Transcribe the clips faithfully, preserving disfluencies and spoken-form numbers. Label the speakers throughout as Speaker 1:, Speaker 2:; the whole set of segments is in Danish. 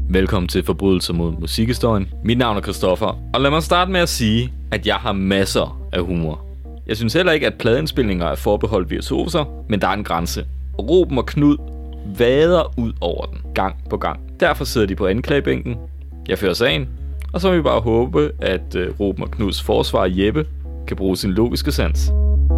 Speaker 1: Velkommen til Forbrydelser mod musikhistorien. Mit navn er Christoffer, og lad mig starte med at sige, at jeg har masser af humor. Jeg synes heller ikke, at pladeindspilninger er forbeholdt virtuoser, men der er en grænse. Og Ruben og Knud vader ud over den, gang på gang. Derfor sidder de på anklagebænken. Jeg fører sagen, og så vil vi bare håbe, at uh, Ruben og Knuds forsvar Jeppe kan bruge sin logiske sans.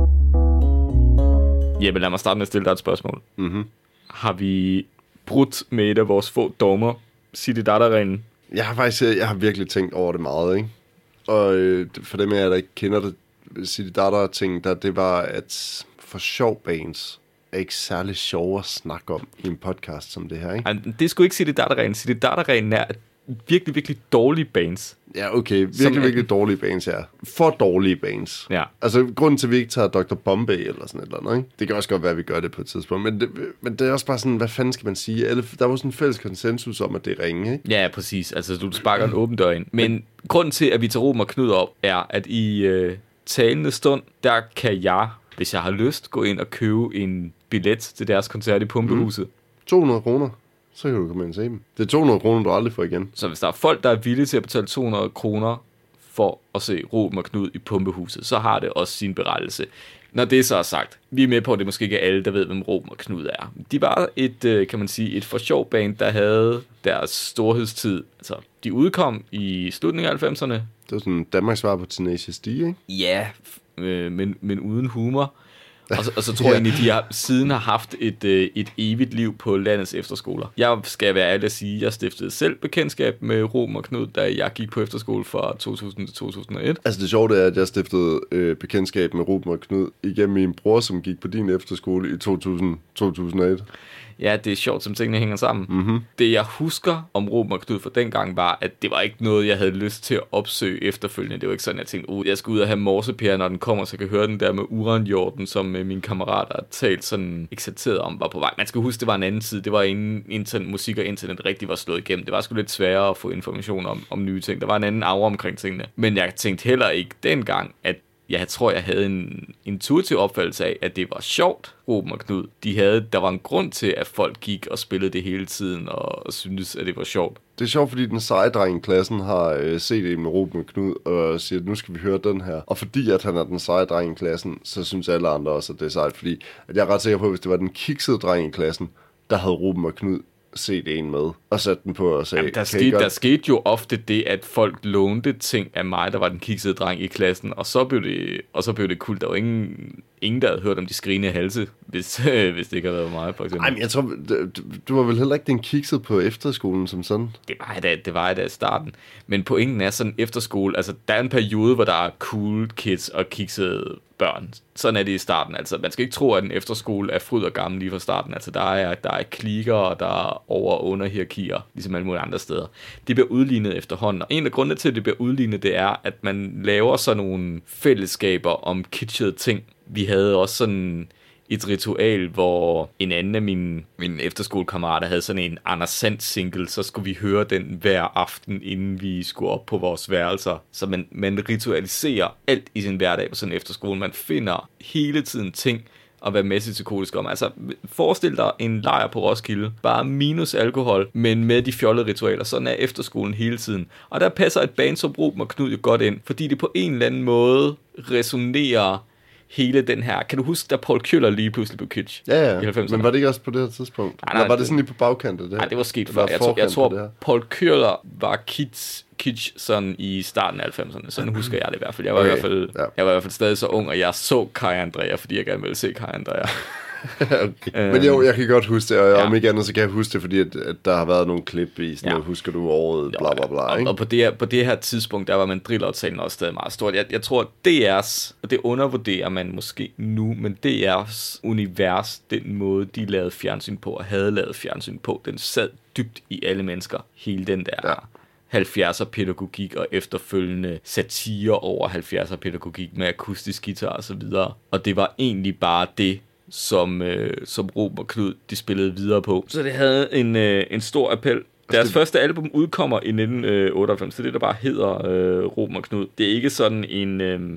Speaker 1: Jeppe, lad mig starte med at stille dig et spørgsmål.
Speaker 2: Mm-hmm.
Speaker 1: Har vi brudt med et af vores få dogmer, Zididada-reglen?
Speaker 2: Jeg har faktisk jeg har virkelig tænkt over det meget, ikke? Og øh, for dem af jer, der ikke kender det, Zididada-ting, der det var, at for sjov bands er ikke særlig sjov at snakke om i en podcast som det her, ikke?
Speaker 1: Ej, det er sgu ikke Zididada-reglen. Zididada-reglen er virkelig, virkelig dårlige bands.
Speaker 2: Ja, okay. Virkelig, er... virkelig dårlige bands, ja. For dårlige bands.
Speaker 1: Ja.
Speaker 2: Altså, grunden til, at vi ikke tager doktor Bombay eller sådan et eller andet, ikke? Det kan også godt være, at vi gør det på et tidspunkt. Men det, men det er også bare sådan, hvad fanden skal man sige? Alle, der var sådan en fælles konsensus om, at det er ringe, ikke?
Speaker 1: Ja, præcis. Altså, du sparker en åben dør ind. Men grunden til, at vi tager Ruben og Knud op, er, at i øh, talende stund, der kan jeg, hvis jeg har lyst, gå ind og købe en billet til deres koncert i Pumpehuset.
Speaker 2: Mm. to hundrede kroner. Så kan du komme ind og se dem. Det er to hundrede kroner, du aldrig får igen.
Speaker 1: Så hvis der er folk, der er villige til at betale to hundrede kroner for at se Ruben og Knud i Pumpehuset, så har det også sin berettelse. Når det så er sagt, vi er med på, at det måske ikke er alle, der ved, hvem Ruben og Knud er. De var et, kan man sige, et for sjov band, der havde deres storhedstid. Altså, de udkom i slutningen af halvfemserne.
Speaker 2: Det var sådan Danmarks svar på Tenacious D, ikke?
Speaker 1: Ja, øh, men, men uden humor. Og så, og så tror jeg egentlig, de har, siden har haft et, øh, et evigt liv på landets efterskoler. Jeg skal være ærlig at sige, at jeg stiftede selv bekendtskab med Ruben og Knud, da jeg gik på efterskole fra to tusind til to tusind og et.
Speaker 2: Altså det sjove er, at jeg stiftede øh, bekendtskab med Ruben og Knud igennem min bror, som gik på din efterskole i to tusind til to tusind og et.
Speaker 1: Ja, det er sjovt, som tingene hænger sammen.
Speaker 2: Mm-hmm.
Speaker 1: Det, jeg husker om Ruben og Knud fra dengang, var, at det var ikke noget, jeg havde lyst til at opsøge efterfølgende. Det var ikke sådan, jeg tænkte, oh, jeg skal ud og have morsepære, når den kommer, så jeg kan høre den der med uranjorden, som mine kammerater har talt sådan eksalteret om, var på vej. Man skal huske, det var en anden tid. Det var inden internet, musik og internet rigtig var slået igennem. Det var sgu lidt sværere at få information om, om nye ting. Der var en anden aura omkring tingene. Men jeg tænkte heller ikke dengang, at jeg tror, jeg havde en intuitiv opfattelse af, at det var sjovt, Ruben og Knud. De havde, der var en grund til, at folk gik og spillede det hele tiden, og, og syntes, at det var sjovt.
Speaker 2: Det er sjovt, fordi den seje dreng i klassen har øh, set det med Ruben og Knud, og siger, at nu skal vi høre den her. Og fordi at han er den seje dreng i klassen, så synes alle andre også, at det er sejt. Fordi at jeg er ret sikker på, at hvis det var den kiksede dreng i klassen, der havde Ruben og Knud set en med, og satte den på og sagde...
Speaker 1: Jamen, der, skete, der skete jo ofte det, at folk lånte ting af mig, der var den kiksede dreng i klassen, og så blev det, og så blev det kult. Der var ingen, ingen, der havde hørt om de skrigende halse, hvis, hvis det ikke havde været mig, for eksempel.
Speaker 2: Ej, men jeg tror, du, du var vel heller ikke den kiksede på efterskolen som sådan?
Speaker 1: Det var jeg da, det var jeg da i starten. Men pointen er sådan efterskole, altså der er en periode, hvor der er cool kids og kiksede børn. Sådan er det i starten. Altså, man skal ikke tro, at en efterskole er fryd og gammel lige fra starten. Altså, der er, der er klikker, og der er over- og underhierarkier, ligesom alle mulige andre steder. Det bliver udlignet efterhånden. Og en af grundene til, at det bliver udlignet, det er, at man laver sådan nogle fællesskaber om kitschede ting. Vi havde også sådan et ritual, hvor en anden af mine, mine efterskolekammerater havde sådan en Anders Sand single, så skulle vi høre den hver aften, inden vi skulle op på vores værelser. Så man, man ritualiserer alt i sin hverdag på sådan en efterskole. Man finder hele tiden ting at være messepsykotisk om. Altså, forestil dig en lejr på Roskilde, bare minus alkohol, men med de fjollede ritualer. Sådan er efterskolen hele tiden. Og der passer et band som Ruben og Knud jo godt ind, fordi det på en eller anden måde resonerer hele den her... Kan du huske, da Paul Kjøller lige pludselig blev kitsch?
Speaker 2: Ja, ja. Men var det ikke også på det her tidspunkt?
Speaker 1: Nej, nej,
Speaker 2: Eller var det sådan lige på bagkantet?
Speaker 1: Nej, det var sket før. Jeg tror, jeg tror Paul Kjøller var kitsch, kitsch sådan i starten af halvfemserne. Sådan husker jeg det i hvert fald. Jeg var, okay. i, hvert fald, ja. jeg var i hvert fald stadig så ung, og jeg så Kai Andrea, fordi jeg gerne ville se Kai Andrea.
Speaker 2: Okay. øhm, Men jo, jeg kan godt huske det, og ja. om ikke andet, så kan jeg huske det, fordi at, at der har været nogle klip i sådan ja. noget, husker du året, bla bla bla.
Speaker 1: Og, og på, det her, på det her tidspunkt, der var man drillaftalen også stadig meget stort. Jeg, jeg tror, at D R's, og det undervurderer man måske nu, men D R's univers, den måde, de lavede fjernsyn på, og havde lavet fjernsyn på, den sad dybt i alle mennesker. Hele den der... Ja. halvfjerdser pædagogik og efterfølgende satire over halvfjerdser pædagogik med akustisk guitar og så videre. Og det var egentlig bare det, som, øh, som Ruben og Knud, de spillede videre på. Så det havde en, øh, en stor appel. Deres det... første album udkommer i nitten otteoghalvfems, så det der bare hedder øh, Ruben og Knud. Det er ikke sådan en... Øh,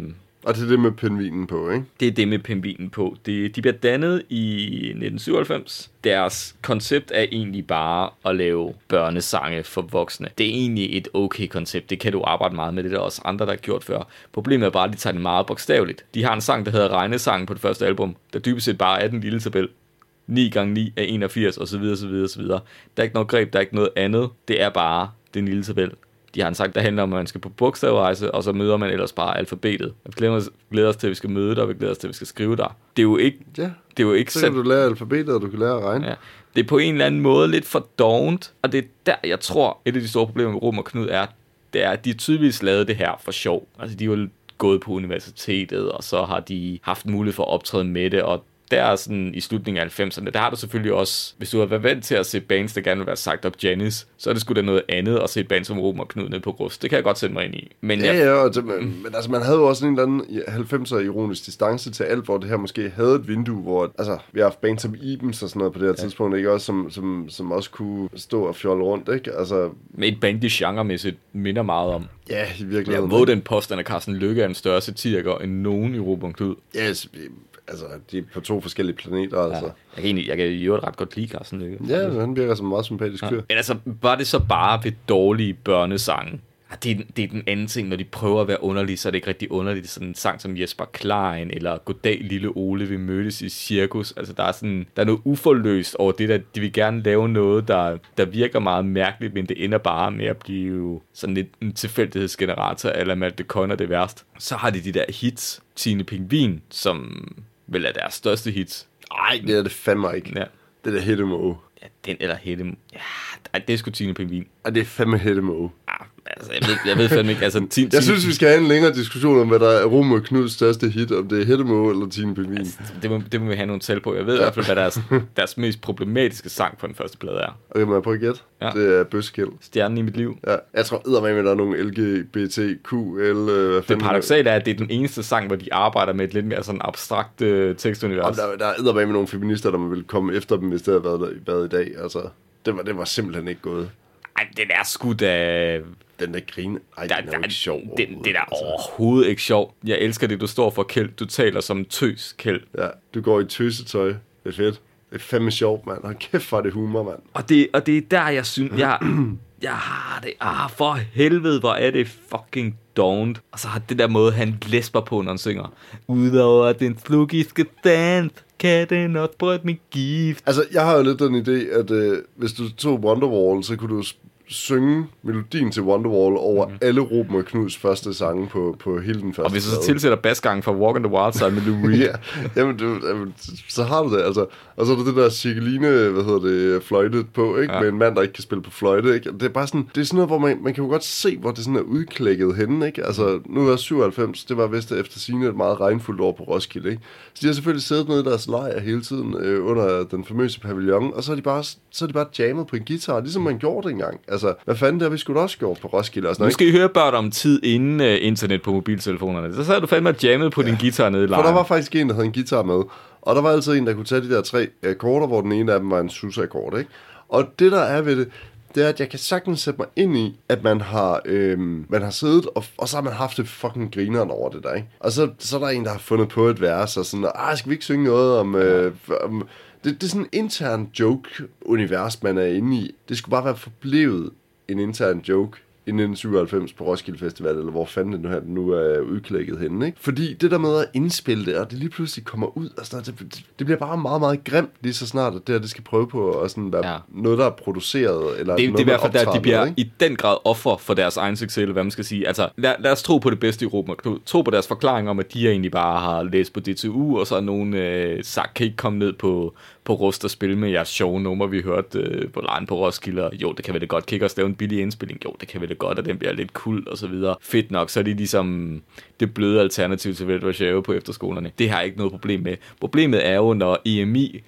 Speaker 2: Og det er det med pingvinen på, ikke?
Speaker 1: Det er det med pingvinen på. Det, de bliver dannet i nitten syvoghalvfems. Deres koncept er egentlig bare at lave børnesange for voksne. Det er egentlig et okay koncept. Det kan du arbejde meget med. Det er der også andre, der har gjort før. Problemet er bare, at de tager det meget bogstaveligt. De har en sang, der hedder Regnesangen på det første album, der dybest set bare er den lille tabel. ni gange ni er enogfirs, og så videre, så videre, så videre. Der er ikke noget greb, der er ikke noget andet. Det er bare den lille tabel. De har en sang, der handler om, at man skal på bogstavrejse, og så møder man ellers bare alfabetet. Vi glæder os, glæder os til, at vi skal møde dig, og vi glæder os til, at vi skal skrive dig. Det er jo ikke...
Speaker 2: Ja,
Speaker 1: det er jo ikke
Speaker 2: så kan du lære alfabetet, og du kan lære at regne.
Speaker 1: Ja. Det er på en eller anden måde lidt for dovent, og det er der, jeg tror, et af de store problemer med Ruben og Knud er, det er, at de tydeligvis lavede det her for sjov. Altså, de var gået på universitetet, og så har de haft mulighed for at optræde med det, og der er sådan i slutningen af halvfemserne, der har du selvfølgelig også, hvis du har været vant til at se bands, der gerne vil være sagt op Janis, så er det sgu da noget andet at se et band som Ruben og Knud nede på Rust. Det kan jeg godt sætte mig ind i. Men
Speaker 2: ja,
Speaker 1: jeg...
Speaker 2: ja, og det, men altså man havde jo også en eller anden halvfemser ironisk distance til alt, hvor det her måske havde et vindue, hvor, altså vi har haft bands som Ibens og sådan noget på det her ja. tidspunkt, ikke også, som, som, som også kunne stå og fjolle rundt, ikke? Altså...
Speaker 1: Med et band, de genremæssigt minder meget om.
Speaker 2: Ja, i virkeligheden.
Speaker 1: Jeg vågede den påstand, at Carsten Lykke er en større satiriker end nogen i Ruben og Knud.
Speaker 2: Ja, yes, altså, de er på to forskellige planeter, ja. altså.
Speaker 1: Jeg kan egentlig, jeg kan jo ret godt lide Carsten Lykke.
Speaker 2: Ja, han virker som en meget sympatisk fyr. Ja.
Speaker 1: Men altså, var det så bare ved dårlige børnesange? Det er, det er den anden ting, når de prøver at være underlige, så er det ikke rigtig underligt. Sådan en sang som Jesper Klein, eller Goddag Lille Ole, vi mødtes i cirkus. Altså, der er, sådan, der er noget uforløst over det, der de vil gerne lave noget, der, der virker meget mærkeligt, men det ender bare med at blive sådan lidt en tilfældighedsgenerator, eller Malte Coyne er det værst. Så har de de der hits, Tine Pingvin, som vel er deres største hits.
Speaker 2: Nej, det er det fandme ikke.
Speaker 1: Ja.
Speaker 2: Det der Hættemåge.
Speaker 1: Ja, den eller Hættemo. Ja, ej, det er sgu Tine Pingvin.
Speaker 2: Ja, det er fandme Hættemåge.
Speaker 1: Altså, jeg ved, jeg ved fandme ikke, altså... Tine,
Speaker 2: jeg synes, vi skal have en længere diskussion om, hvad der er Ruben og Knuds største hit, om det er Hættemåge eller Tine Pingvin. Altså,
Speaker 1: det, må, det må vi have nogle tal på. Jeg ved ja. i hvert fald, hvad deres, deres mest problematiske sang på den første plade er.
Speaker 2: Okay, må jeg prøve at gætte? Ja. Det er Bøssekæld.
Speaker 1: Stjernen i mit liv.
Speaker 2: Ja, jeg tror eddermame, at der er nogle L G B T Q L...
Speaker 1: Det paradoksale er, at det er den eneste sang, hvor de arbejder med et lidt mere sådan abstrakt øh, tekstunivers.
Speaker 2: Der, der er eddermame nogle feminister, der vil komme efter dem, hvis det havde været, været i dag. Altså, det var, det var simpelthen ikke gået.
Speaker 1: Ej, den er sgu da...
Speaker 2: Den der grine. Ej,
Speaker 1: der,
Speaker 2: den er jo ikke sjov.
Speaker 1: Den, den er altså. Overhovedet ikke sjov. Jeg elsker det, du står for, Kjeld. Du taler som tøs, Kjeld.
Speaker 2: Ja, du går i tøsetøj. Det er fedt. Det er fandme sjovt, mand. Hold kæft for det humor, mand.
Speaker 1: Og det, og det er der, jeg synes, jeg, jeg har det. Ah, for helvede, hvor er det fucking dovent. Og så har det der måde, han læsper på, når han synger. Udover den slugiske dans, kan den også brød min gift.
Speaker 2: Altså, jeg har jo lidt den idé, at øh, hvis du tog Wonderwall, så kunne du synge melodien til Wonderwall over mm. alle Ruben og Knuds første sange på, på hele den første.
Speaker 1: Og hvis du så tilsætter basgangen fra Walk on the Wild Side med Lou Reed.
Speaker 2: Ja, jamen, du, jamen, så har du det, altså. Og så er der det der cirkeline, hvad hedder det, fløjtet på, ikke? Ja. Med en mand, der ikke kan spille på fløjte, ikke? Det er bare sådan, det er sådan noget, hvor man, man kan jo godt se, hvor det sådan er udklækket henne, ikke? Altså, nu er syvoghalvfems, det var vist efter sigende et meget regnfuldt år på Roskilde, ikke? Så de har selvfølgelig siddet nede i deres lejr hele tiden øh, under den famøse pavillon, og så er de bare, så er de bare jammet på en guitar, ligesom man gjorde det engang. Altså, hvad fanden, det har vi sgu da også gjort på Roskilde og sådan noget.
Speaker 1: Nu skal I høre børn om tid inden uh, internet på mobiltelefonerne. Så sad du fandme jammet på ja. din guitar nede i lejren.
Speaker 2: For der var faktisk en, der havde en guitar med, og der var altid en, der kunne tage de der tre akkorder, hvor den ene af dem var en sus-akkord, ikke? Og det, der er ved det, det er, at jeg kan sagtens sætte mig ind i, at man har, øhm, man har siddet, og, og så har man haft det fucking grineren over det der, ikke? Og så, så er der en, der har fundet på et vers, og sådan, ah, skal vi ikke synge noget om... Øh, om det, det er sådan en intern joke-univers, man er inde i. Det skulle bare være forblevet en intern joke i nitten syvoghalvfems på Roskilde Festival, eller hvor fanden det nu, her, nu er udklækket henne, ikke? Fordi det der med at indspille det, og det lige pludselig kommer ud, og sådan, det, det bliver bare meget, meget grimt, lige så snart, at det her, det skal prøve på at sådan være ja. noget, der er produceret, eller
Speaker 1: det,
Speaker 2: noget,
Speaker 1: det er i hvert fald der, de bliver
Speaker 2: ikke?
Speaker 1: i den grad offer for deres egen succes, eller hvad man skal sige. Altså, lad, lad os tro på det bedste i Ruben og Knud. Tro på deres forklaring om, at de egentlig bare har læst på D T U, og så er nogen øh, sagt, kan ikke komme ned på, på Rust og spille med jeres sjove nummer, vi hørte øh, på lejen på Roskilde, og jo, det kan vel det godt. Kan også lave en billig indspilling? Jo, det kan vel det godt, og den bliver lidt kult og så videre. Fedt nok, så er det ligesom det bløde alternativ til Veldt Warszawa på efterskolerne. Det har jeg ikke noget problem med. Problemet er jo, når E M I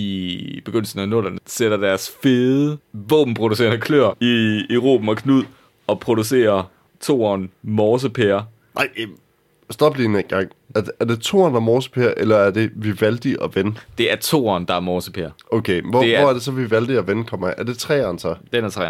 Speaker 1: i begyndelsen af nullerne sætter deres fede våbenproducerende klør i, i Ruben og Knud og producerer toeren Morsepære.
Speaker 2: Nej, stop lige en gang. Er det, er det toeren og Morsepære, eller er det Vivaldi og Ven?
Speaker 1: Det er toeren, der er Morsepære.
Speaker 2: Okay, hvor, er, hvor er det så Vivaldi og Ven kommer af? Er det treeren så?
Speaker 1: Den er treeren.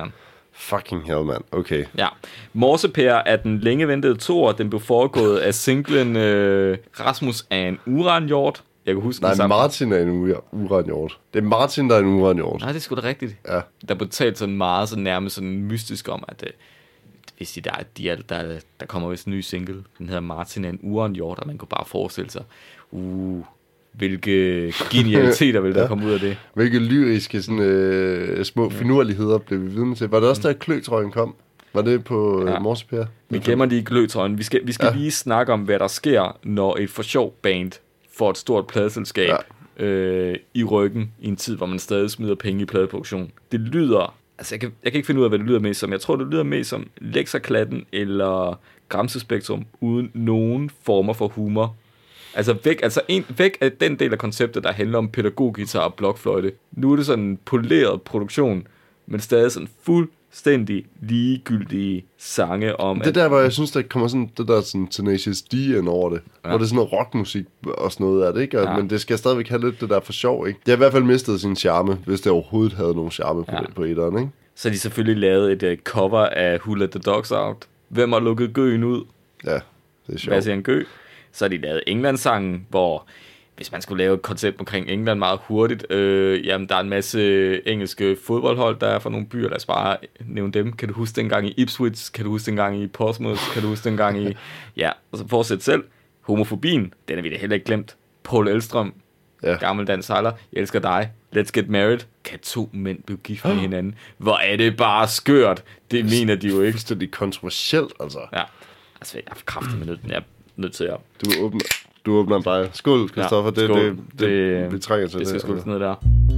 Speaker 2: Fucking hell, man. Okay.
Speaker 1: Ja. Morsepær er den længe ventede toer. Den blev foregået af singlen øh, Rasmus er en uranhjort. Jeg kan huske
Speaker 2: Nej,
Speaker 1: den
Speaker 2: Martin er en uranhjort. Det er Martin, der er en uranhjort.
Speaker 1: Nej, det er sgu da rigtigt.
Speaker 2: Ja.
Speaker 1: Der blev talt sådan meget sådan nærmest sådan mystisk om, at øh, hvis de der, de er, der, der kommer vist en ny single. Den hedder Martin er en uranhjort, og man kunne bare forestille sig, uh, hvilke genialiteter vil der ja. komme ud af det.
Speaker 2: Hvilke lyriske sådan, øh, små finurligheder blev vi vidne til. Var det også der, kløtrøjen kom? Var det på ja. Morsepær?
Speaker 1: Vi glemmer lige gløtrøjen. Vi skal, vi skal ja. lige snakke om, hvad der sker, når et for sjov band får et stort pladeselskab ja. øh, i ryggen i en tid, hvor man stadig smider penge i pladeproduktion. Det lyder... Altså, jeg kan, jeg kan ikke finde ud af, hvad det lyder mest som. Jeg tror, det lyder mest som Lexaklatten eller Gramsespektrum, uden nogen former for humor. Altså, væk, altså en, væk af den del af konceptet, der handler om pædagoggitar og blokfløjte. Nu er det sådan en poleret produktion, men stadig sådan fuldstændig ligegyldige sange om...
Speaker 2: Det er der, hvor jeg synes, der kommer sådan det der sådan Tenacious D ind over det. Ja. Hvor det er sådan noget rockmusik og sådan noget af det, ikke? Og, ja. Men det skal stadigvæk have lidt det der for sjov, ikke? Det har i hvert fald mistet sin charme, hvis det overhovedet havde nogen charme på, ja. det, på etteren, ikke?
Speaker 1: Så har de selvfølgelig lavet et uh, cover af Who Let The Dogs Out. Hvem har lukket gøen ud?
Speaker 2: Ja, det er sjovt.
Speaker 1: Hvad siger en gø? Så har de lavet England-sangen, hvor hvis man skulle lave et koncept omkring England meget hurtigt, øh, jamen der er en masse engelske fodboldhold, der er fra nogle byer, lad os bare nævne dem. Kan du huske dengang i Ipswich? Kan du huske dengang i Portsmouth? Kan du huske dengang i... Ja, og så fortsæt selv. Homofobien, den er vi da heller ikke glemt. Paul Elvstrøm, ja. Gammel dansk sejler, jeg elsker dig. Let's Get Married. Kan to mænd blive gift med hinanden? Hvor er det bare skørt. Det mener de jo ikke.
Speaker 2: Det er kontroversielt, altså.
Speaker 1: Ja, altså jeg har kraftigt med nødt. Jeg er nødt til at...
Speaker 2: Du åbner... Du åbner bare. Skål, Christoffer. Ja, det, det, det, det, vi trænger til
Speaker 1: det. Det skal
Speaker 2: det,
Speaker 1: skåles ned der.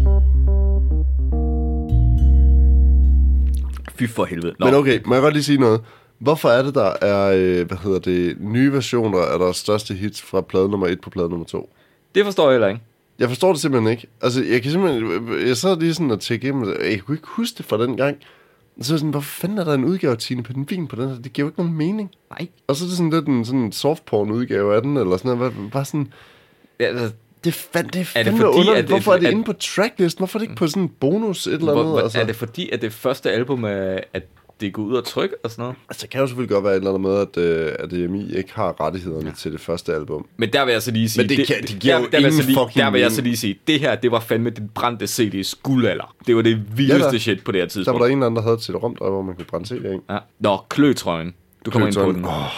Speaker 1: Fy for helvede. Nå.
Speaker 2: Men okay, må jeg godt lige sige noget? Hvorfor er det, der er, hvad hedder det, nye versioner af deres største hits fra plade nummer et på plade nummer to?
Speaker 1: Det forstår jeg heller ikke.
Speaker 2: Jeg forstår det simpelthen ikke. Altså, jeg kan simpelthen... Jeg sad lige sådan og tjekke igennem, jeg kunne ikke huske det fra den gang. Så sådan, hvorfor fanden er der en udgave af Tine Pingvin på den her? Det giver jo ikke nogen mening.
Speaker 1: Nej.
Speaker 2: Og så er det sådan lidt en sådan softporn udgave af den, eller sådan noget. Bare sådan...
Speaker 1: Ja, altså,
Speaker 2: det, fand, det er fandme underligt. Hvorfor er det inde på tracklist? Hvorfor er det ikke på sådan en bonus et eller andet?
Speaker 1: Hvor,
Speaker 2: altså?
Speaker 1: Er det fordi, at det første album er, at det går ud og tryk og sådan noget?
Speaker 2: Altså, det kan jo selvfølgelig godt være et eller andet med, at, uh, at D M I ikke har rettighederne ja. til det første album.
Speaker 1: Men der vil jeg så lige sige...
Speaker 2: Men det, kan, det giver der,
Speaker 1: jo der,
Speaker 2: ingen
Speaker 1: der, lige,
Speaker 2: fucking
Speaker 1: der vil jeg så lige sige, det her, det var fandme den brændte C D's guldalder. Det var det vildeste ja, shit på det her tidspunkt.
Speaker 2: Der var der en eller anden, der havde et C D-rom, hvor man kunne brænde C D'er, ikke?
Speaker 1: Ja. Nå, kløtrøjen. Du kommer kløtrøjen. ind på den.
Speaker 2: Åh.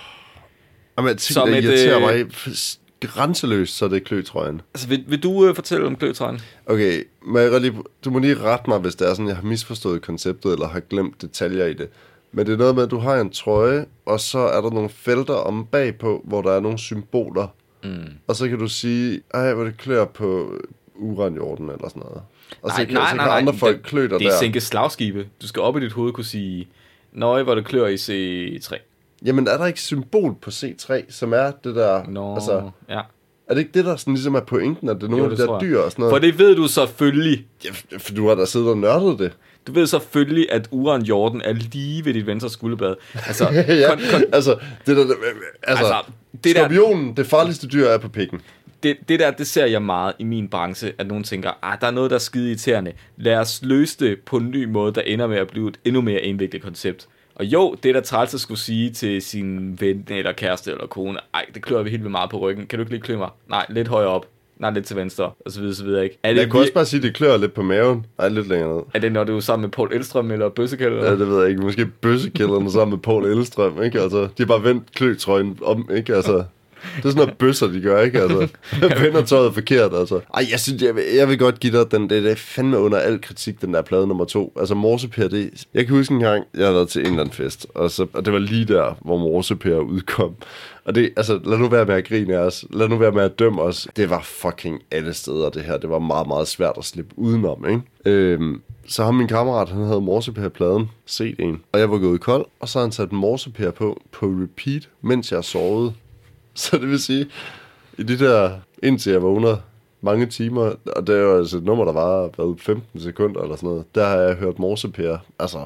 Speaker 2: Jamen, jeg tænker, det irriterer mig grænseløst, så det er kløtrøjen.
Speaker 1: Altså, vil, vil du uh, fortælle om kløtrøjen?
Speaker 2: Okay, må jeg lige, du må lige rette mig, hvis det er sådan, jeg har misforstået konceptet, eller har glemt detaljer i det. Men det er noget med, at du har en trøje, og så er der nogle felter om bagpå, hvor der er nogle symboler. Mm. Og så kan du sige, ej, hvor det klør på uranjorden, eller sådan noget. Og
Speaker 1: nej,
Speaker 2: så kan,
Speaker 1: nej,
Speaker 2: så kan
Speaker 1: nej,
Speaker 2: andre
Speaker 1: nej.
Speaker 2: folk klø dig der.
Speaker 1: Det er sænke slagskibe. Du skal op i dit hoved kunne sige, nøj, hvor det klør i C tre.
Speaker 2: Jamen, er der ikke symbol på C tre, som er det der...
Speaker 1: Nå,
Speaker 2: altså,
Speaker 1: ja.
Speaker 2: Er det ikke det, der sådan ligesom er pointen, at det er nogle jo, af de der dyr og sådan noget?
Speaker 1: For det ved du selvfølgelig.
Speaker 2: Ja, for du har da siddet og nørdet det.
Speaker 1: Du ved selvfølgelig, at uranjorden er lige ved dit venstre skulderblad. Altså,
Speaker 2: ja, kon, kon, altså, det der, altså, altså det skorpionen, der, det farligste dyr er på pikken.
Speaker 1: Det, det der, det ser jeg meget i min branche, at nogen tænker, ah, der er noget, der er skide irriterende. Lad os løse det på en ny måde, der ender med at blive et endnu mere indviklet koncept. Og jo, det der træls at skulle sige til sin ven, eller kæreste, eller kone, ej, det klør vi helt vildt meget på ryggen. Kan du ikke lige klø mig? Nej, lidt højere op. Nej, lidt til venstre, og så videre, så videre, ikke? Er det
Speaker 2: jeg kunne også bare sige, at det klør lidt på maven. Nej, lidt længere ned.
Speaker 1: Er det, når du er sammen med Paul Elvstrøm eller Bøssekælder?
Speaker 2: Ja, det ved jeg ikke. Måske Bøssekælderne sammen med Paul Elvstrøm, ikke? Altså, de har bare vendt kløtrøjen om, ikke? Altså, det er sådan noget bøsser, de gør, ikke? Altså, vender tøjet forkert, altså. Ej, jeg synes, jeg vil, jeg vil godt give dig den. Det, det er fandme under al kritik, den der plade nummer to. Altså, Morsepær, det... Jeg kan huske en gang, jeg havde været til en eller anden fest, og, så, og det var lige der, hvor Morsepær udkom. Og det, altså, lad nu være med at grine af os. Lad nu være med at dømme os. Det var fucking alle steder, det her. Det var meget, meget svært at slippe udenom, ikke? Øhm, så ham min kammerat, han havde Morsepær-pladen, C D'en. Og jeg var gået kold, og så havde han sat Morsepær på, på repeat, mens jeg sovede. Så det vil sige, i de der, indtil jeg vågner mange timer, og det er jo altså et nummer, der var hvad, femten sekunder eller sådan noget, der har jeg hørt Morsepær, altså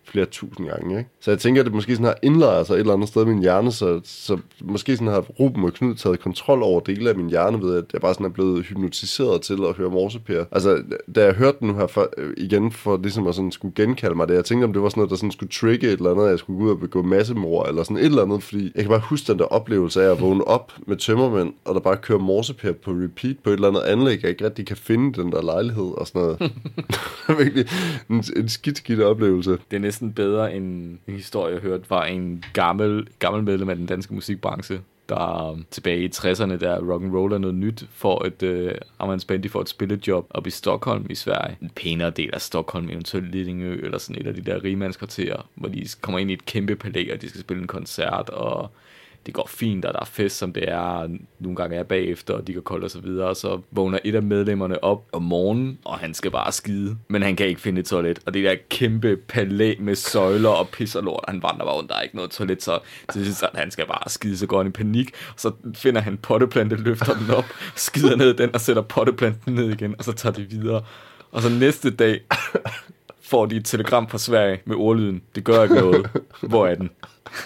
Speaker 2: flere tusind gange, ikke? Så jeg tænker, at det måske sådan har indlejret sig et eller andet sted i min hjerne, så, så måske sådan har Ruben og Knud taget kontrol over dele af min hjerne ved, at jeg bare sådan er blevet hypnotiseret til at høre Morseper. Altså, da jeg hørte den nu her for, igen for ligesom at sådan skulle genkalde mig det, jeg tænkte, om det var sådan noget, der sådan skulle trigge et eller andet, at jeg skulle gå ud og begå massemord eller sådan et eller andet, fordi jeg kan bare huske den der oplevelse af at vågne op med tømmermænd, og der bare kører Morseper på repeat på et eller andet anlæg, jeg ikke rigtig kan finde den der lejlighed og sådan noget. Virkelig en, en skidt, skidt oplevelse.
Speaker 1: Det er næsten bedre end en historie, jeg hørte, var en gammel, gammel medlem af den danske musikbranche, der tilbage i tresserne, der rock and roll er noget nyt, for et øh, amerikansk for et spillejob op i Stockholm i Sverige. En pænere del af Stockholm, eventuelt Lidingö, eller sådan et af de der rigmandskvarterer, hvor de kommer ind i et kæmpe palæ, og de skal spille en koncert, og det går fint, og der er fest, som det er. Nogle gange er bagefter, og de går koldt og så videre. Og så vågner et af medlemmerne op om morgenen, og han skal bare skide. Men han kan ikke finde et toilet. Og det der kæmpe palæ med søjler og pis og lort, han vandrer bare rundt, der er ikke noget toilet. Så til sidst, at han skal bare skide, så går han i panik. Og så finder han potteplante, løfter den op, skider ned den, og sætter potteplanten ned igen. Og så tager de videre. Og så næste dag får de et telegram fra Sverige med ordlyden: det gør ikke noget. Hvor er den?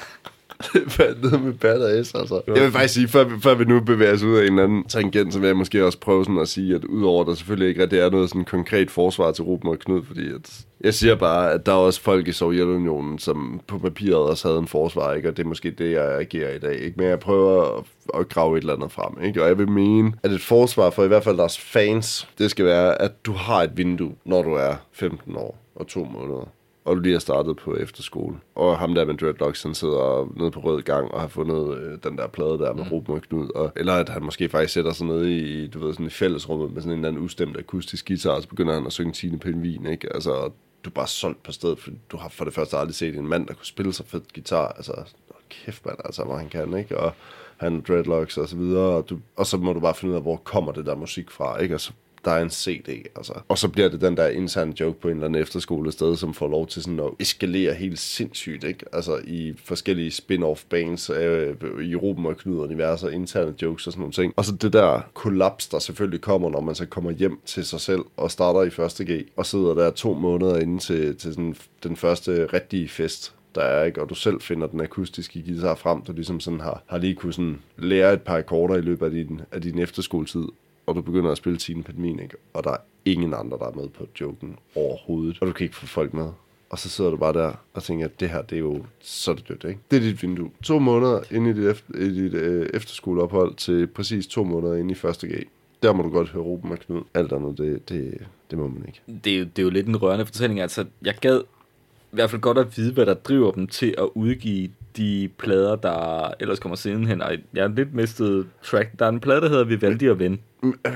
Speaker 2: Nede med badass, altså. Jeg vil faktisk sige, før, før vi nu bevæger os ud af en eller anden tangent, så vil jeg måske også prøve sådan at sige, at udover der selvfølgelig ikke rigtig er noget sådan konkret forsvar til Ruben og Knud, fordi at jeg siger bare, at der er også folk i Sovjetunionen, som på papiret også havde en forsvar, ikke? Og det er måske det, jeg agerer i dag, ikke? Men jeg prøver at, at grave et eller andet frem, ikke? Og jeg vil mene, at et forsvar for i hvert fald deres fans, det skal være, at du har et vindue, når du er femten år og to måneder. Og du lige har startet på efterskole. Og ham der med dreadlocks, han sidder nede på Rød Gang og har fundet øh, den der plade der med mm. Ruben og Knud. Og, eller at han måske faktisk sætter sig ned i, du ved, sådan i fællesrummet med sådan en eller anden ustemt akustisk guitar, og så begynder han at synge Tine Pingvin, ikke? Altså, du er bare solgt på stedet, for du har for det første aldrig set en mand, der kunne spille så fedt guitar. Altså, kæft mand, altså, hvor han kan, ikke? Og han dreadlocks og så videre. Og, du, og så må du bare finde ud af, hvor kommer det der musik fra, ikke? Og så der er en C D, altså. Og så bliver det den der interne joke på en eller anden efterskole sted, som får lov til sådan at eskalere helt sindssygt, ikke? Altså i forskellige spin-off bands, øh, i Ruben og Knud og diverse interne jokes og sådan nogle ting. Og så det der kollaps, der selvfølgelig kommer, når man så kommer hjem til sig selv og starter i første G, og sidder der to måneder inde til, til sådan den første rigtige fest, der er, ikke? Og du selv finder den akustiske guitar frem, du ligesom sådan har, har lige kunne sådan lære et par akkorder i løbet af din, af din efterskoletid, og du begynder at spille Tine Pingvin, ikke? Og der er ingen andre, der er med på joken overhovedet, og du kan ikke få folk med. Og så sidder du bare der og tænker, at det her, det er jo så er det dødt, ikke? Det er dit vindue. To måneder inde i dit, efter, i dit øh, efterskoleophold til præcis to måneder inde i første G. Der må du godt høre Ruben og Knud. Alt andet, det, det, det må man ikke.
Speaker 1: Det er, jo, det er jo lidt en rørende fortælling. Altså, jeg gad i hvert fald godt at vide, hvad der driver dem til at udgive de plader, der ellers kommer sidenhen. Og jeg er lidt mistet track. Der er en plade, der hedder Vivaldi og Ven.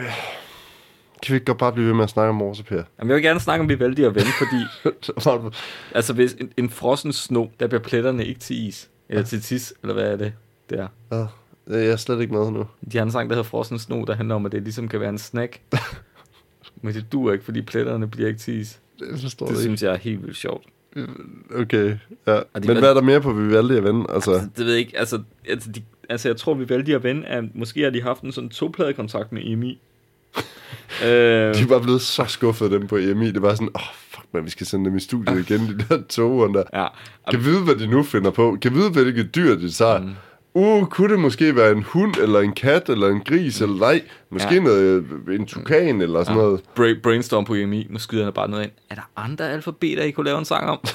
Speaker 2: Kan vi ikke godt bare blive ved med at snakke om Morseper?
Speaker 1: Jamen, jeg vil gerne snakke om Vivaldi og Ven, fordi altså hvis en, en frossen sno, der bliver pletterne ikke til is. Eller til tis, eller hvad er det der?
Speaker 2: Ja, jeg er slet ikke med nu.
Speaker 1: De har en sang, der hedder Frossen sno, der handler om, at det ligesom kan være en snack. Men det duer ikke, fordi pletterne bliver ikke til is.
Speaker 2: Det forstår
Speaker 1: det
Speaker 2: jeg
Speaker 1: synes jeg er helt vildt sjovt.
Speaker 2: Okay, ja. Men hvad er der mere på Vivaldi og Ven? Altså,
Speaker 1: altså det ved jeg ikke. Altså, altså, de, altså jeg tror, Vivaldi og Ven er, måske har de haft en sådan to-pladekontrakt med E M I. øh,
Speaker 2: de var blevet så skuffet dem på E M I. Det var sådan, åh, oh, fuck man, vi skal sende dem i studiet igen, de der toger der. Ja. Kan vide, hvad de nu finder på? Kan vide, hvilket dyr de tager? Mm. Uh, kunne det måske være en hund, eller en kat, eller en gris, mm. eller nej, måske ja. noget, en tukan, eller sådan ja. noget.
Speaker 1: Bra- brainstorm på E M I, nu skyder han bare noget ind. Er der andre alfabeter, I kunne lave en sang om?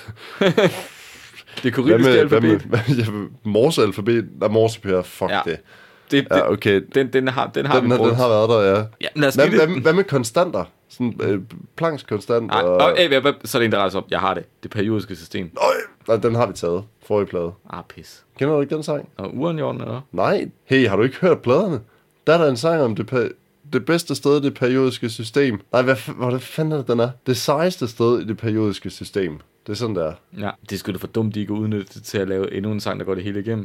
Speaker 1: Det kyrilliske alfabet.
Speaker 2: Ja, Morse-alfabet, der er Morseper, fuck ja. det.
Speaker 1: Det,
Speaker 2: ja, okay.
Speaker 1: Den, den, har, den har
Speaker 2: den,
Speaker 1: vi brugt.
Speaker 2: Den har været der, ja.
Speaker 1: ja hvad,
Speaker 2: hvad, hvad med konstanter? Sådan øh, Plancks konstant.
Speaker 1: Nej,
Speaker 2: og...
Speaker 1: øh, øh, øh, så er det en, der rejser op. Jeg har det. Det periodiske system.
Speaker 2: Nej, den har vi taget. Forrige plade.
Speaker 1: Ah, pis.
Speaker 2: Kender du ikke den sang?
Speaker 1: Og uren i orden, eller?
Speaker 2: Nej. Hey, har du ikke hørt pladerne? Der er der en sang om det, pe- det bedste sted i det periodiske system. Nej, hvad f- hvor det fanden er det, den er? Det sejeste sted i det periodiske system. Det er sådan der.
Speaker 1: Ja, det skulle da for dumt, de ikke udnytte det til at lave endnu en sang, der går det hele igennem.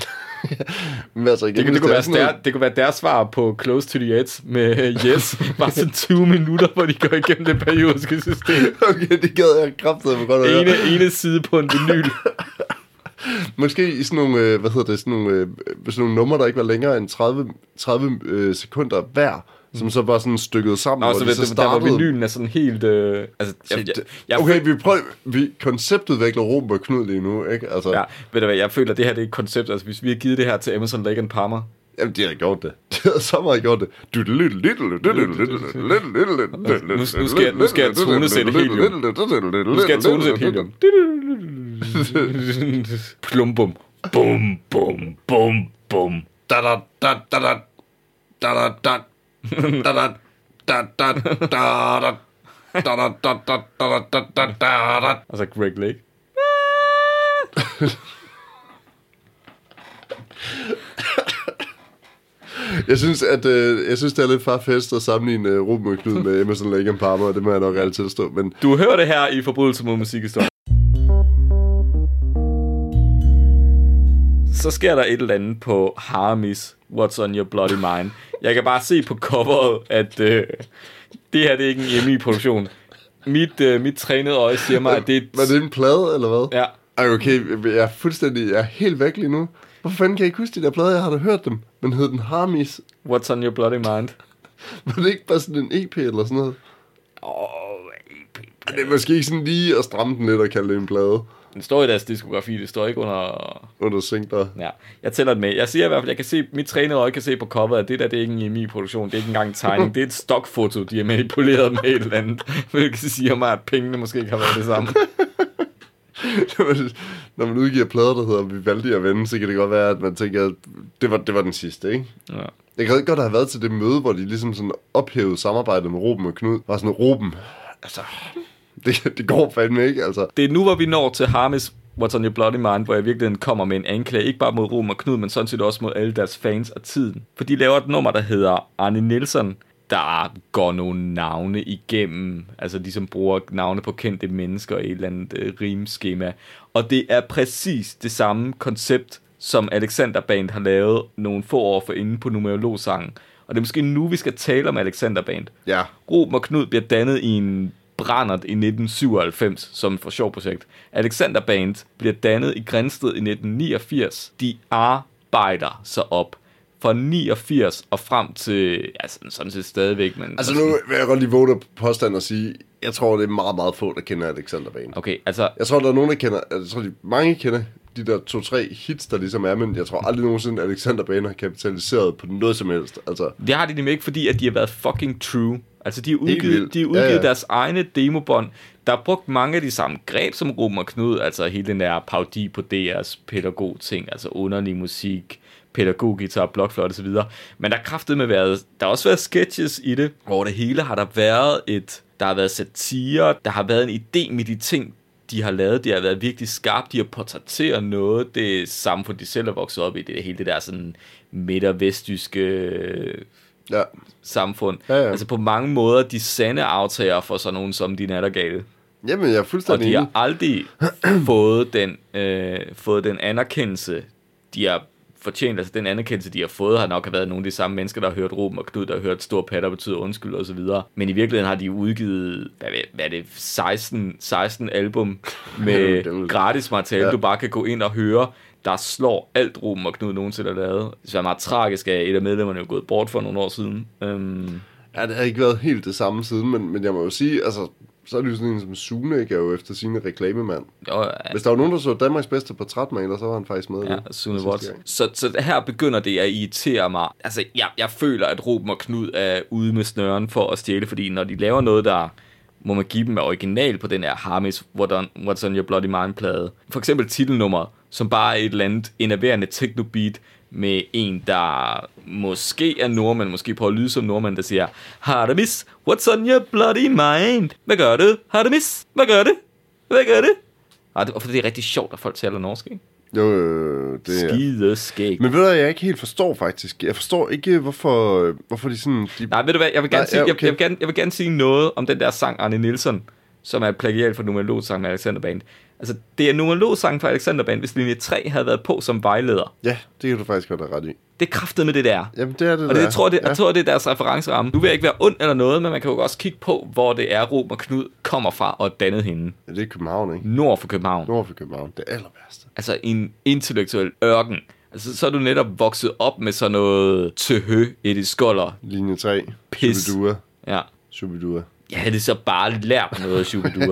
Speaker 2: Men altså, igen,
Speaker 1: det, det, kunne være der, det kunne være deres svar på Close to the Edge med Yes. Bare sådan tyve minutter, hvor de går igennem det periodiske system.
Speaker 2: Okay, det gad jeg kraftedeme godt at
Speaker 1: ene, ene side på en vinyl.
Speaker 2: Måske i sådan nogle, øh, hvad hedder det, sådan nogle, øh, sådan nogle numre, der ikke var længere end tredive, tredive øh, sekunder hver, som så var sådan stykket sammen.
Speaker 1: Nå, så, det, så der var vinylen er sådan helt... Øh, altså, jeg, jeg, jeg
Speaker 2: okay, vi prøver... Vi konceptudvikler Ruben og Knud lige nu, ikke? Altså...
Speaker 1: Ja, ved du hvad, jeg føler, at det her det er et koncept. Altså, hvis vi har givet det her til Emerson, Lake and Palmer...
Speaker 2: Jamen, de har gjort det. De har så meget gjort det. Nu,
Speaker 1: nu skal jeg, nu skal jeg tonesætte helium. Nu skal jeg tonesætte helium. Plum, bum. Bum, bum, bum, bum.
Speaker 2: Da da da da da da da da da da da da da da da da da.
Speaker 1: Altså Greg Lake.
Speaker 2: Jeg synes, at øh, jeg synes, det er lidt farfest at sammenligne øh, Ruben og Knud med Emerson, Lake and Palmer, og det må jeg nok altid tilstå. Men...
Speaker 1: Du hører det her i Forbrydelse mod musikhistorie. Så sker der et eller andet på Harmis What's on Your Bloody Mind. Jeg kan bare se på coveret, at øh, det her det er ikke en M I-produktion. Mit, øh, mit trænede øje siger mig, at det er...
Speaker 2: Var det en plade, eller hvad?
Speaker 1: Ja.
Speaker 2: Ej, okay, jeg er fuldstændig... Jeg er helt væk lige nu. Hvorfor fanden kan jeg ikke huske de der plader? Jeg har da hørt dem. Men hed den Harmis?
Speaker 1: What's on Your Bloody Mind?
Speaker 2: Var det ikke bare sådan en E P eller sådan noget?
Speaker 1: Åh, oh, E P.
Speaker 2: Det er måske ikke sådan lige at stramme den lidt og kalde det en plade.
Speaker 1: Den står i deres diskografi, det står ikke under...
Speaker 2: Under sync der.
Speaker 1: Ja, jeg tæller det med. Jeg siger i hvert fald, jeg kan se, mit trænede øje kan se på coveret, at det der, det er ikke en M I-produktion, det er ikke engang en tegning, det er et stokfoto, de er manipuleret med et eller andet, hvilket siger mig, at pengene måske ikke har været det samme.
Speaker 2: Når man udgiver plader, der hedder Vivaldi og Venne, så kan det godt være, at man tænker, at det var, det var den sidste, ikke?
Speaker 1: Ja.
Speaker 2: Jeg kan godt have været til det møde, hvor de ligesom sådan ophævede samarbejdet med Ruben og Knud. Var sådan, Ruben, altså, det, det går fandme ikke, altså.
Speaker 1: Det er nu, hvor vi når til Harmis What's on Your Bloody Mind, hvor jeg virkelig kommer med en anklage, ikke bare mod Ruben og Knud, men sådan set også mod alle deres fans og tiden. For de laver et nummer, der hedder Arne Nielsen, der går nogle navne igennem, altså de som bruger navne på kendte mennesker i et eller andet øh, rimskema. Og det er præcis det samme koncept, som Alexander Band har lavet nogle få år forinden på Numerologsangen. Og det er måske nu, vi skal tale om Alexander Band.
Speaker 2: Ja.
Speaker 1: Ruben og Knud bliver dannet i en brændert i nitten syvoghalvfems som et for sjov projekt. Alexander Band bliver dannet i Grænsted i nitten niogfirs. De arbejder sig op fra niogfirs og frem til, ja, sådan set stadigvæk, men...
Speaker 2: Altså nu vil jeg godt lige våge på påstand og sige, jeg tror, det er meget, meget få, der kender Alexander Band.
Speaker 1: Okay, altså...
Speaker 2: Jeg tror, der er nogen, der kender, jeg tror, de mange kender de der to-tre hits, der ligesom er, men jeg tror aldrig nogensinde, Alexander Band har kapitaliseret på noget som helst, altså...
Speaker 1: Det har de nemlig ikke, fordi at de har været fucking true. Altså, de har udgivet, de har udgivet
Speaker 2: ja, ja.
Speaker 1: deres egne demobånd, der har brugt mange af de samme greb som Ruben og Knud, altså hele den der parodi på D R's pædagog-ting, altså underlig musik, pædagoggitar, blokfløjte og så videre. Men der har kraftedeme været, der har også været sketches i det, hvor det hele har der været et, der har været satire, der har været en idé med de ting, de har lavet, det har været virkelig skarpt, de har portrætteret noget, det samfund, de selv er vokset op i, det er hele det der sådan midt-og-vestjyske
Speaker 2: ja.
Speaker 1: samfund.
Speaker 2: Ja, ja.
Speaker 1: Altså på mange måder, de sande aftager for sådan nogen som De Nattergale.
Speaker 2: Jamen, jeg er fuldstændig
Speaker 1: Og de har aldrig fået den, øh, fået den anerkendelse, de har fortjent, altså den anerkendelse, de har fået, har nok have været nogle af de samme mennesker, der har hørt Ruben og Knud, der har hørt Stor Patter betyder undskyld og så videre. Men i virkeligheden har de udgivet, hvad, hvad er det, seksten, seksten album med gratis materiale, ja. Du bare kan gå ind og høre, der slår alt Ruben og Knud nogensinde har lavet. Det er meget tragisk, at et af medlemmerne er gået bort for nogle år siden. Um...
Speaker 2: Ja, det har ikke været helt det samme siden, men, men jeg må jo sige, altså, så er det jo sådan en som Sune, ikke, er jo efter sine reklamemand.
Speaker 1: Jo, ja.
Speaker 2: Hvis der var nogen, der så Danmarks bedste portrætmaler, så var han faktisk med.
Speaker 1: Ja, Sune Watts. Så, så her begynder det at irritere mig. Altså, jeg, jeg føler, at Ruben og Knud er ude med snøren for at stjæle, fordi når de laver noget, der må man give dem af original på den her Harmis What's on Your Bloody Mind-plade. For eksempel titelnummer, som bare er et eller andet enerverende techno-beat med en, der måske er nordmand, måske prøver at lyde som nordmand, der siger, Harmis, what's on your bloody mind? Hvad gør du? Harmis, hvad gør du? Hvad gør du? Og det, og det er rigtig sjovt, at folk taler norsk, ikke?
Speaker 2: Jo, øh, det er...
Speaker 1: Skideskæg.
Speaker 2: Men ved du hvad, jeg ikke helt forstår faktisk. Jeg forstår ikke, hvorfor, hvorfor de sådan... De...
Speaker 1: Nej, ved du hvad, jeg vil, gerne
Speaker 2: Nej,
Speaker 1: sige,
Speaker 2: ja, okay.
Speaker 1: jeg, jeg, vil gerne, jeg vil gerne sige noget om den der sang, Arne Nielsen, som er plagiat fra Numerolog-sang med Alexander Band. Altså, det er Numerolog-sang fra Alexander Band, hvis linje tre havde været på som vejleder.
Speaker 2: Ja, det kan du faktisk godt have ret i.
Speaker 1: Det er kraftet med det der.
Speaker 2: Jamen, det er det
Speaker 1: Og det,
Speaker 2: der.
Speaker 1: jeg, tror, det,
Speaker 2: ja.
Speaker 1: jeg tror, det er deres referenceramme. Nu vil jeg ikke være ond eller noget, men man kan jo også kigge på, hvor det er, Ruben og Knud kommer fra og dannet hende.
Speaker 2: Ja, det er København, ikke?
Speaker 1: Nord for København.
Speaker 2: Nord for København, det aller værste.
Speaker 1: Altså en intellektuel ørken, Altså, så er du netop vokset op med sådan noget tøhø i de skolder.
Speaker 2: Linje tre.
Speaker 1: Pis.
Speaker 2: Shubidua.
Speaker 1: Ja.
Speaker 2: Shubidua.
Speaker 1: Ja, det er så bare lært noget af Shubidua.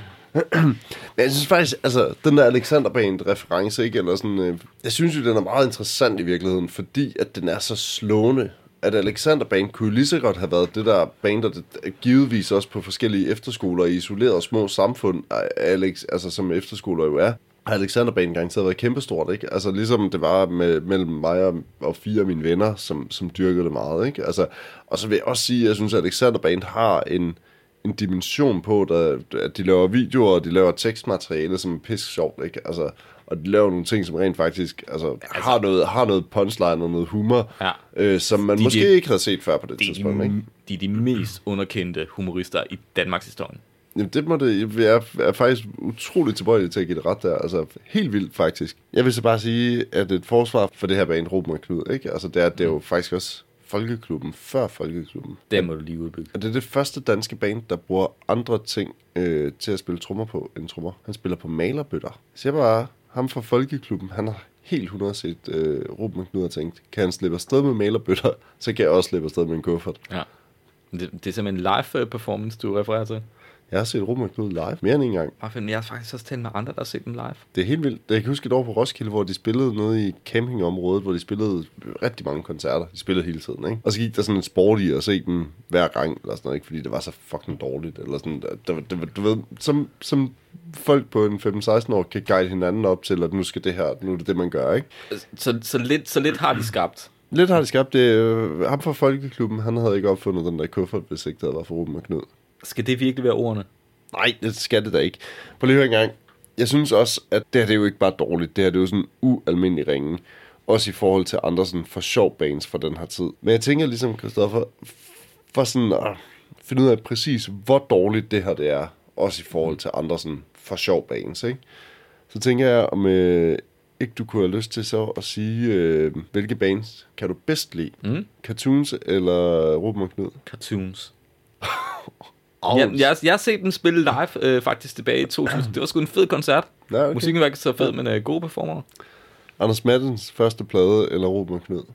Speaker 2: Men jeg synes faktisk, altså, den der Alexanderbane-reference, ikke, eller sådan, øh, jeg synes jo, den er meget interessant i virkeligheden, fordi at den er så slående. At Alexanderbane kunne lige så godt have været det der bane, der givetvis også på forskellige efterskoler i isolerede små samfund, Alex, altså som efterskoler jo er, har Alexanderbane garanteret været kæmpestort, ikke? Altså ligesom det var med, mellem mig og, og fire af mine venner, som, som dyrkede det meget, ikke? Altså, og så vil jeg også sige, at jeg synes, at Alexanderbane har en, en dimension på, der, at de laver videoer, og de laver tekstmateriale, som er pisse sjovt, ikke? Altså, og de laver nogle ting, som rent faktisk altså, altså, har, noget, har noget punchline og noget humor, ja. øh, som man de, måske de, ikke havde set før på det de, tidspunkt,
Speaker 1: de,
Speaker 2: ikke?
Speaker 1: De er de mest underkendte humorister i Danmarks historie.
Speaker 2: Jamen, det må det... Jeg er faktisk utroligt tilbøjelig til at give det ret der. Altså, helt vildt, faktisk. Jeg vil så bare sige, at et forsvar for det her band, Ruben og Knud, ikke? Altså, det er, det er jo faktisk også Folkeklubben før Folkeklubben.
Speaker 1: Det må du lige udbygge.
Speaker 2: Og det er det første danske band, der bruger andre ting øh, til at spille trommer på end trommer. Han spiller på malerbøtter. Så jeg bare... Ham fra Folkeklubben, han har helt hundrede set øh, Ruben og Knud og tænkt, kan han slippe afsted med malerbøtter, så kan jeg også slippe afsted med en kuffert. Ja.
Speaker 1: Det, det er simpelthen en live performance, du refererer til.
Speaker 2: Jeg har set Ruben og Knud live mere end en gang.
Speaker 1: Jeg har faktisk også talt med andre, der har set dem live.
Speaker 2: Det er helt vildt. Jeg kan huske et år på Roskilde, hvor de spillede noget i campingområdet, hvor de spillede rigtig mange koncerter. De spillede hele tiden, ikke? Og så gik der sådan en sport i at se dem hver gang, eller sådan noget, ikke? Fordi det var så fucking dårligt. Eller sådan, der, der, der, du ved, som, som folk på en femten seksten år kan guide hinanden op til, at nu skal det her, nu er det det, man gør, ikke?
Speaker 1: Så, så, lidt, så lidt har de skabt.
Speaker 2: Lidt har de skabt det. Øh, ham fra Folkeklubben, han havde ikke opfundet den der kuffert, hvis ikke det havde været for Ruben og Knud.
Speaker 1: Skal det virkelig være ordene?
Speaker 2: Nej, det skal det da ikke. Prøv lige at høre en gang. Jeg synes også, at det her det er jo ikke bare dårligt. Det her det er jo sådan ualmindelig ringe. Også i forhold til andre sådan for sjov bands fra den her tid. Men jeg tænker ligesom, Christoffer, for sådan at finde ud af præcis, hvor dårligt det her det er. Også i forhold til andre sådan for sjov bands, ikke? Så tænker jeg, om øh, ikke du kunne have lyst til så at sige, øh, hvilke bands kan du bedst lide? Mm. Cartoons eller Ruben og Knud?
Speaker 1: Cartoons. Jeg, jeg, jeg har set dem spille live øh, faktisk tilbage i to tusind. Det var sgu en fed koncert. Ja, okay. Musikken var ikke så fed, men øh, gode performer.
Speaker 2: Anders Madsens første plade eller Ruben og Knud?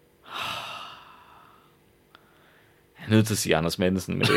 Speaker 1: Jeg er nødt til at sige Anders Madsen, men det,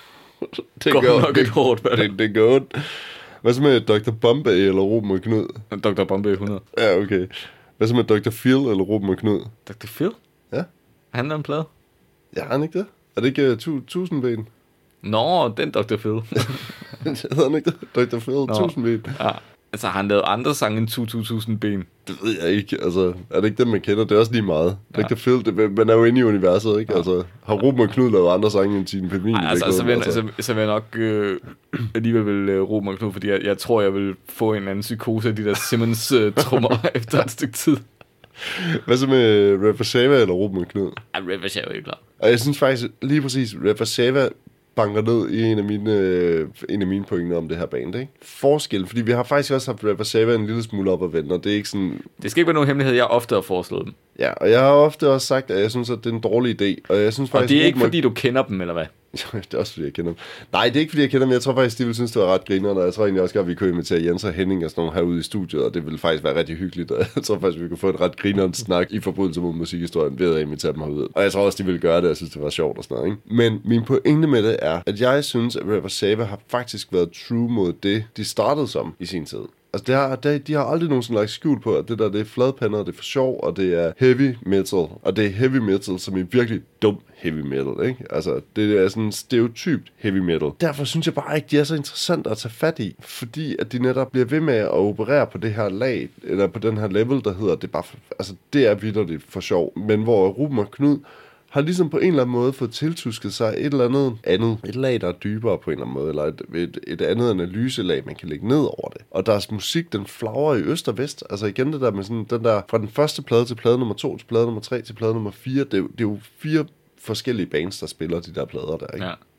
Speaker 2: det går nok et hårdt. Det, det går ondt. Hvad så med doktor Bombay eller Ruben og Knud?
Speaker 1: doktor Bombay hundrede.
Speaker 2: Ja, okay. Hvad så med doktor Phil eller Ruben og Knud?
Speaker 1: doktor Phil?
Speaker 2: Ja.
Speaker 1: Han er en plade.
Speaker 2: Ja, han ikke det? Er det ikke uh, tusind ben?
Speaker 1: Nå, den doktor Phil.
Speaker 2: Hedder han ikke det? doktor Phil, tusind ben.
Speaker 1: Ja. Altså, har han lavet andre sange end to tusind ben?
Speaker 2: Det ved jeg ikke. Altså, er det ikke det, man kender? Det er også lige meget. Ja. doktor Phil, det, man er jo inde i universet, ikke? Ja. Altså, har Ruben og Knud lavet andre sange end Tine Pemmin?
Speaker 1: Nej, altså, så vil, altså. Så, så vil jeg nok øh, alligevel vil øh, Ruben og Knud, fordi jeg, jeg tror, jeg vil få en anden psykose af de der Simmons-trummer efter et stykke tid.
Speaker 2: Hvad så med Rapper Sava eller Ruben og Knud?
Speaker 1: Ja, Rapper Sava er jo klar.
Speaker 2: Og jeg synes faktisk lige præcis, Rapper Sava banker ned i en af mine, øh, en af mine pointer om det her band, ikke? Forskel, fordi vi har faktisk også haft Rapper Sava en lille smule op at vende, og det er ikke sådan...
Speaker 1: Det skal ikke være nogen hemmelighed, jeg ofte har foreslået dem.
Speaker 2: Ja, og jeg har ofte også sagt, at jeg synes, at det er en dårlig idé, og jeg synes faktisk...
Speaker 1: Og det er ikke, fordi du kender dem, eller hvad?
Speaker 2: Det er også, fordi jeg kender dem. Nej, det er ikke, fordi jeg kender dem. Jeg tror faktisk, de vil synes, det var ret grinerende, og jeg tror egentlig også, at vi kunne invitere Jens og Henning og sådan nogle herude i studiet, og det ville faktisk være rigtig hyggeligt, og jeg tror faktisk, vi kunne få et ret grinerende snak i forbindelse med musikhistorien ved at invitere dem herude. Og jeg tror også, de ville gøre det, og jeg synes, det var sjovt og sådan noget, ikke? Men min pointe med det er, at jeg synes, at Rapper Sava har faktisk været true mod det, de startede som i sin tid. Altså, det har, det, de har aldrig nogensinde lagt skjul på, at det der, det er fladpander, og det er for sjov, og det er heavy metal. Og det er heavy metal, som er virkelig dum heavy metal, ikke? Altså, det er sådan en stereotypt heavy metal. Derfor synes jeg bare ikke, de er så interessant at tage fat i, fordi at de netop bliver ved med at operere på det her lag, eller på den her level, der hedder, det er bare, for, altså, det er vitterligt for sjov. Men hvor Ruben og Knud har ligesom på en eller anden måde fået tiltusket sig et eller andet andet. Et lag, der er dybere på en eller anden måde, eller et, et, et andet analyselag, man kan lægge ned over det. Og deres musik, den flagrer i øst og vest. Altså igen det der med sådan, den der, fra den første plade til plade nummer to, til plade nummer tre, til plade nummer fire, det er, det er jo fire forskellige bands, der spiller de der plader der, ikke?
Speaker 1: Ja.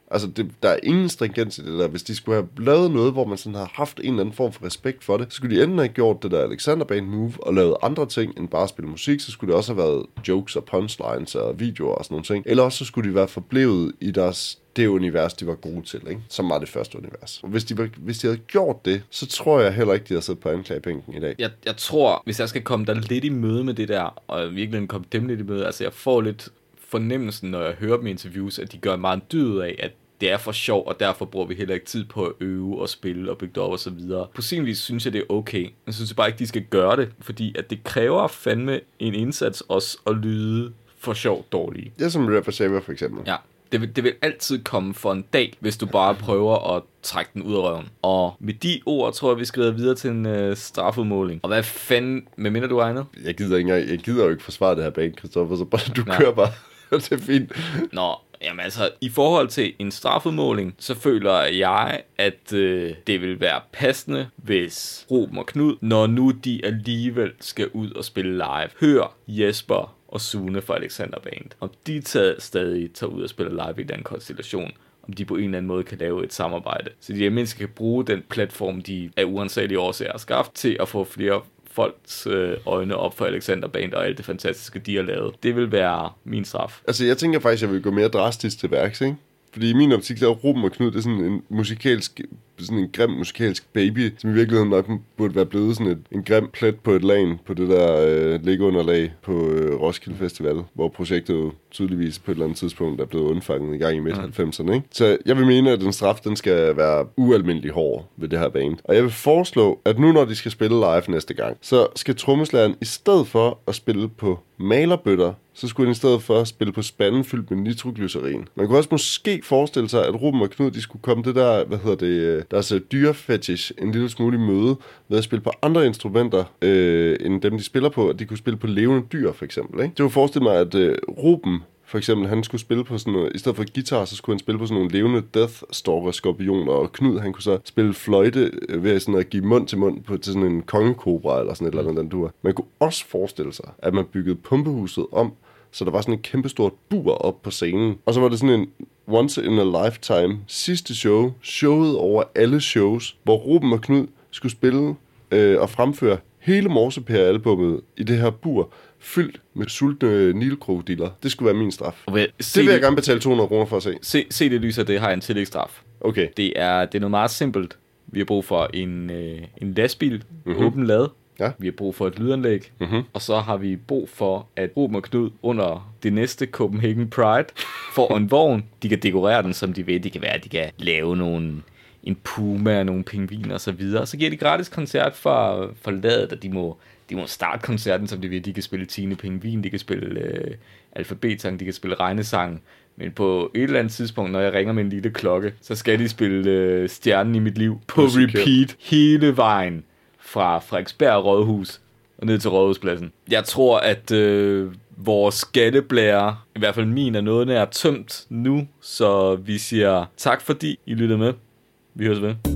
Speaker 2: Altså, det, der er ingen stringens i det der. Hvis de skulle have lavet noget, hvor man sådan har haft en eller anden form for respekt for det, så skulle de enten have gjort det der Alexander Band move og lavet andre ting end bare spille musik, så skulle det også have været jokes og punchlines og videoer og sådan nogle ting. Eller også så skulle de være forblevet i deres det univers, de var gode til, ikke? Som var det første univers. Og hvis de, var, hvis de havde gjort det, så tror jeg heller ikke, de havde siddet på anklagebænken i dag.
Speaker 1: Jeg, jeg tror, hvis jeg skal komme der lidt i møde med det der, og virkelig komme dem lidt i møde, altså jeg får lidt fornemmelsen, når jeg hører dem i interviews, at de gør meget en dyd af, at det er for sjov, og derfor bruger vi heller ikke tid på at øve og spille og bygge op og så videre. På sin vis synes jeg, det er okay. Jeg synes bare ikke, de skal gøre det, fordi at det kræver fandme en indsats også at lyde for sjov dårlige.
Speaker 2: Det er som Rapper Saver for eksempel.
Speaker 1: Ja. Det vil, det vil altid komme for en dag, hvis du bare prøver at trække den ud af røven. Og med de ord, tror jeg, vi skrider videre til en øh, strafudmåling. Og hvad fanden, med mindre du egnet?
Speaker 2: Jeg gider ikke engang, jeg gider jo ikke forsvare det her bane, Christoffer, så bare, du Nej. kører bare. Det er fint.
Speaker 1: Nå, jamen altså, i forhold til en strafudmåling, så føler jeg, at øh, det vil være passende, hvis Ruben og Knud, når nu de alligevel skal ud og spille live, hør Jesper og Sune fra Alexander Band. Om de tager, stadig tager ud og spiller live i den konstellation, om de på en eller anden måde kan lave et samarbejde. Så de mindst kan bruge den platform, de af uansagelige årsager har skabt, til at få flere folks øh, øjne op for Alexander Band og alt det fantastiske, de har lavet. Det vil være min straf.
Speaker 2: Altså, jeg tænker faktisk, at jeg vil gå mere drastisk til værks, ikke? Fordi i min optik, så er Ruben og Knud, det er sådan en musikalsk, sådan en grim musikalsk baby, som i virkeligheden nok burde være blevet sådan et, en grim plet på et lag, på det der øh, liggeunderlag på øh, Roskilde Festival, hvor projektet jo tydeligvis på et eller andet tidspunkt er blevet undfanget i gang i midt halvfemserne, ikke? Så jeg vil mene, at den straf, den skal være ualmindelig hård ved det her band. Og jeg vil foreslå, at nu når de skal spille live næste gang, så skal trommeslageren i stedet for at spille på malerbøtter, så skulle han i stedet for spille på spanden fyldt med nitroglycerin. Man kunne også måske forestille sig, at Ruben og Knud, de skulle komme det der, hvad hedder det, deres dyrefetish en lille smule i møde ved at spille på andre instrumenter, øh, end dem, de spiller på, at de kunne spille på levende dyr, for eksempel, ikke? Det kunne forestille mig, at øh, Ruben, for eksempel, han skulle spille på sådan noget, i stedet for guitar, så skulle han spille på sådan nogle levende Deathstalker-skorpioner, og Knud, han kunne så spille fløjte ved sådan at give mund til mund på, til sådan en kongekobra, eller sådan et eller andet, den duer. Man kunne også forestille sig, at man byggede pumpehuset om, så der var sådan en kæmpestort bur op på scenen. Og så var det sådan en once in a lifetime sidste show, showet over alle shows, hvor Ruben og Knud skulle spille øh, og fremføre hele Morsepær-albummet i det her bur, fyldt med sultne nilkrokodiller. Det skulle være min straf.
Speaker 1: Okay,
Speaker 2: det vil jeg gerne betale to hundrede kroner for at se.
Speaker 1: Se, se det lys af det, har en tillægsstraf.
Speaker 2: Okay.
Speaker 1: Det er, det er noget meget simpelt. Vi har brug for en, øh, en lastbil,
Speaker 2: mm-hmm.
Speaker 1: åben lade.
Speaker 2: Ja.
Speaker 1: Vi har brug for et lydanlæg,
Speaker 2: mm-hmm.
Speaker 1: og så har vi brug for, at Ruben og Knud under det næste Copenhagen Pride får en vogn. De kan dekorere den, som de vil. Det kan være, at de kan lave nogle, en puma og nogle pingviner og så videre. Så giver de gratis koncert for, for ladet, og de må, de må starte koncerten, som de vil. De kan spille Tine Pingvin, de kan spille øh, alfabetsang, de kan spille regnesang. Men på et eller andet tidspunkt, når jeg ringer med en lille klokke, så skal de spille øh, Stjernen i mit liv på repeat hele vejen fra Frederiksberg Rådhus og ned til Rådhuspladsen. Jeg tror, at øh, vores skatteblære, i hvert fald min, er noget nær tømt nu, så vi siger tak, fordi I lyttede med. Vi høres ved.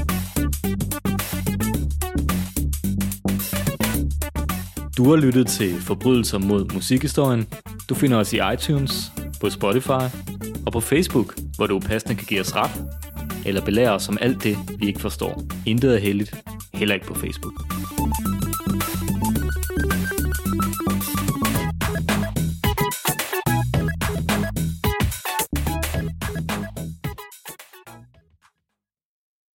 Speaker 1: Du har lyttet til Forbrydelser mod musikhistorien. Du finder os i iTunes, på Spotify og på Facebook, hvor du passende kan give os ret, eller belære os om alt det, vi ikke forstår. Intet er heldigt, heller ikke på Facebook.